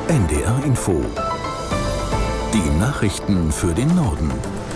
NDR Info. Die Nachrichten für den Norden.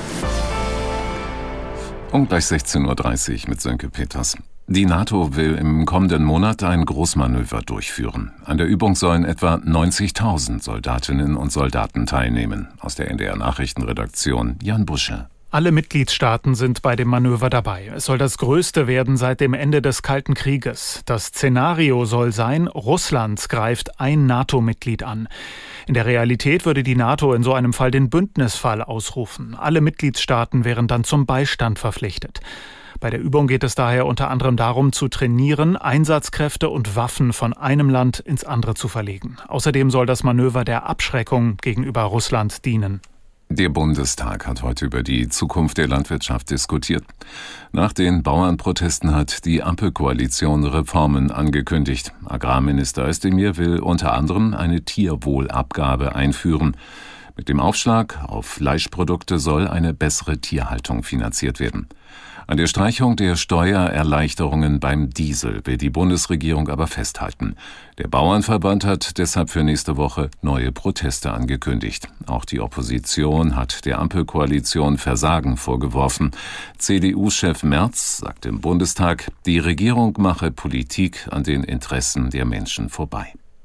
Um gleich 16:30 Uhr mit Sönke Peters. Die NATO will im kommenden Monat ein Großmanöver durchführen. An der Übung sollen etwa 90.000 Soldatinnen und Soldaten teilnehmen. Aus der NDR Nachrichtenredaktion Jan Busche. Alle Mitgliedstaaten sind bei dem Manöver dabei. Es soll das größte werden seit dem Ende des Kalten Krieges. Das Szenario soll sein, Russland greift ein NATO-Mitglied an. In der Realität würde die NATO in so einem Fall den Bündnisfall ausrufen. Alle Mitgliedstaaten wären dann zum Beistand verpflichtet. Bei der Übung geht es daher unter anderem darum, zu trainieren, Einsatzkräfte und Waffen von einem Land ins andere zu verlegen. Außerdem soll das Manöver der Abschreckung gegenüber Russland dienen. Der Bundestag hat heute über die Zukunft der Landwirtschaft diskutiert. Nach den Bauernprotesten hat die Ampelkoalition Reformen angekündigt. Agrarminister Özdemir will unter anderem eine Tierwohlabgabe einführen. Mit dem Aufschlag auf Fleischprodukte soll eine bessere Tierhaltung finanziert werden. An der Streichung der Steuererleichterungen beim Diesel will die Bundesregierung aber festhalten. Der Bauernverband hat deshalb für nächste Woche neue Proteste angekündigt. Auch die Opposition hat der Ampelkoalition Versagen vorgeworfen. CDU-Chef Merz sagt im Bundestag, die Regierung mache Politik an den Interessen der Menschen vorbei.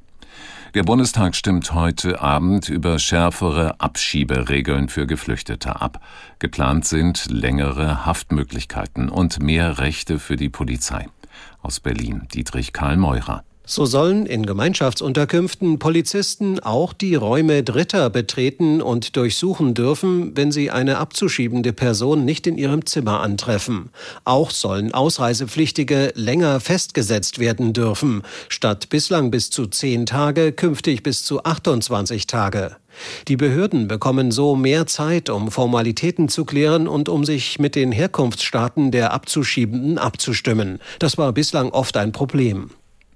Der Bundestag stimmt heute Abend über schärfere Abschieberegeln für Geflüchtete ab. Geplant sind längere Haftmöglichkeiten und mehr Rechte für die Polizei. Aus Berlin, Dietrich Karl Meurer. So sollen in Gemeinschaftsunterkünften Polizisten auch die Räume Dritter betreten und durchsuchen dürfen, wenn sie eine abzuschiebende Person nicht in ihrem Zimmer antreffen. Auch sollen Ausreisepflichtige länger festgesetzt werden dürfen. Statt bislang bis zu 10 Tage, künftig bis zu 28 Tage. Die Behörden bekommen so mehr Zeit, um Formalitäten zu klären und um sich mit den Herkunftsstaaten der Abzuschiebenden abzustimmen. Das war bislang oft ein Problem.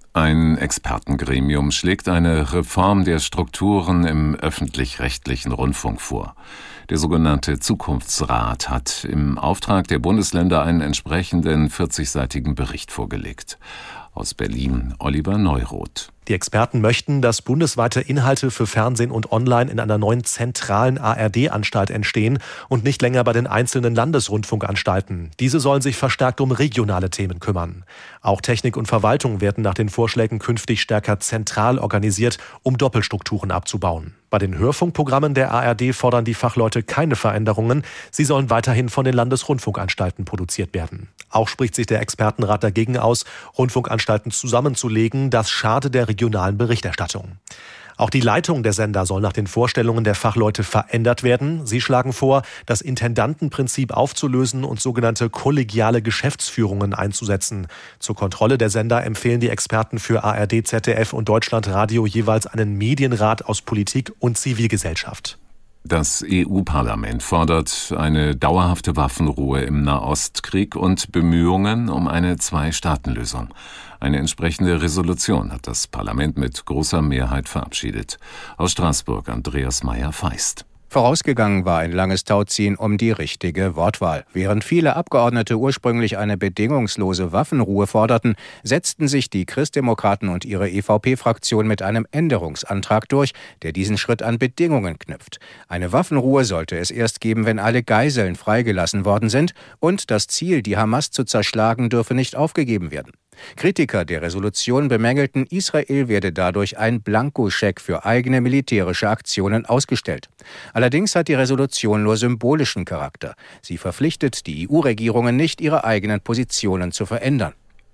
Ein Expertengremium schlägt eine Reform der Strukturen im öffentlich-rechtlichen Rundfunk vor. Der sogenannte Zukunftsrat hat im Auftrag der Bundesländer einen entsprechenden 40-seitigen Bericht vorgelegt. Aus Berlin, Oliver Neuroth. Die Experten möchten, dass bundesweite Inhalte für Fernsehen und Online in einer neuen zentralen ARD-Anstalt entstehen und nicht länger bei den einzelnen Landesrundfunkanstalten. Diese sollen sich verstärkt um regionale Themen kümmern. Auch Technik und Verwaltung werden nach den Vorschlägen künftig stärker zentral organisiert, um Doppelstrukturen abzubauen. Bei den Hörfunkprogrammen der ARD fordern die Fachleute keine Veränderungen. Sie sollen weiterhin von den Landesrundfunkanstalten produziert werden. Auch spricht sich der Expertenrat dagegen aus, Rundfunkanstalten zusammenzulegen. Das schade der regionalen Berichterstattung. Auch die Leitung der Sender soll nach den Vorstellungen der Fachleute verändert werden. Sie schlagen vor, das Intendantenprinzip aufzulösen und sogenannte kollegiale Geschäftsführungen einzusetzen. Zur Kontrolle der Sender empfehlen die Experten für ARD, ZDF und Deutschlandradio jeweils einen Medienrat aus Politik und Zivilgesellschaft. Das EU-Parlament fordert eine dauerhafte Waffenruhe im Nahostkrieg und Bemühungen um eine Zwei-Staaten-Lösung. Eine entsprechende Resolution hat das Parlament mit großer Mehrheit verabschiedet. Aus Straßburg Andreas Meyer-Feist. Vorausgegangen war ein langes Tauziehen um die richtige Wortwahl. Während viele Abgeordnete ursprünglich eine bedingungslose Waffenruhe forderten, setzten sich die Christdemokraten und ihre EVP-Fraktion mit einem Änderungsantrag durch, der diesen Schritt an Bedingungen knüpft. Eine Waffenruhe sollte es erst geben, wenn alle Geiseln freigelassen worden sind, und das Ziel, die Hamas zu zerschlagen, dürfe nicht aufgegeben werden. Kritiker der Resolution bemängelten, Israel werde dadurch ein Blankoscheck für eigene militärische Aktionen ausgestellt. Allerdings hat die Resolution nur symbolischen Charakter. Sie verpflichtet die EU-Regierungen nicht, ihre eigenen Positionen zu verändern.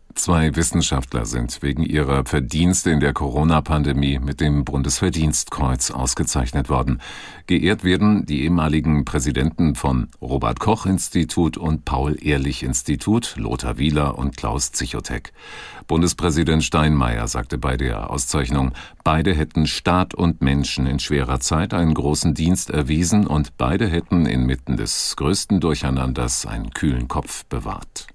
2 Wissenschaftler sind wegen ihrer Verdienste in der Corona-Pandemie mit dem Bundesverdienstkreuz ausgezeichnet worden. Geehrt werden die ehemaligen Präsidenten von Robert-Koch-Institut und Paul-Ehrlich-Institut, Lothar Wieler und Klaus Zichotek. Bundespräsident Steinmeier sagte bei der Auszeichnung, beide hätten Staat und Menschen in schwerer Zeit einen großen Dienst erwiesen und beide hätten inmitten des größten Durcheinanders einen kühlen Kopf bewahrt.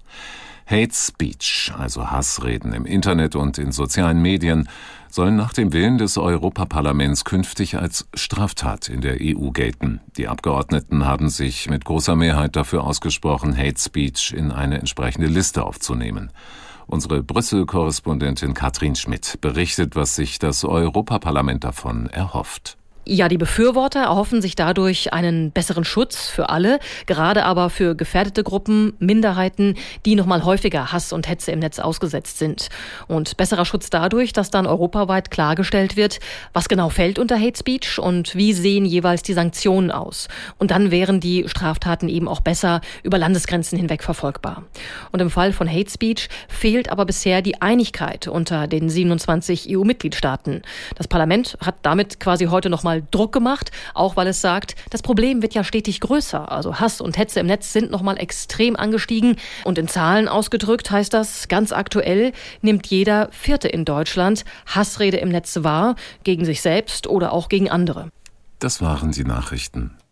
Hate Speech, also Hassreden im Internet und in sozialen Medien, sollen nach dem Willen des Europaparlaments künftig als Straftat in der EU gelten. Die Abgeordneten haben sich mit großer Mehrheit dafür ausgesprochen, Hate Speech in eine entsprechende Liste aufzunehmen. Unsere Brüssel-Korrespondentin Katrin Schmidt berichtet, was sich das Europaparlament davon erhofft. Ja, die Befürworter erhoffen sich dadurch einen besseren Schutz für alle, gerade aber für gefährdete Gruppen, Minderheiten, die noch mal häufiger Hass und Hetze im Netz ausgesetzt sind. Und besserer Schutz dadurch, dass dann europaweit klargestellt wird, was genau fällt unter Hate Speech und wie sehen jeweils die Sanktionen aus. Und dann wären die Straftaten eben auch besser über Landesgrenzen hinweg verfolgbar. Und im Fall von Hate Speech fehlt aber bisher die Einigkeit unter den 27 EU-Mitgliedstaaten. Das Parlament hat damit quasi heute noch mal Druck gemacht, auch weil es sagt, das Problem wird ja stetig größer. Also Hass und Hetze im Netz sind nochmal extrem angestiegen. Und in Zahlen ausgedrückt heißt das, ganz aktuell nimmt jeder Vierte in Deutschland Hassrede im Netz wahr, gegen sich selbst oder auch gegen andere. Das waren die Nachrichten.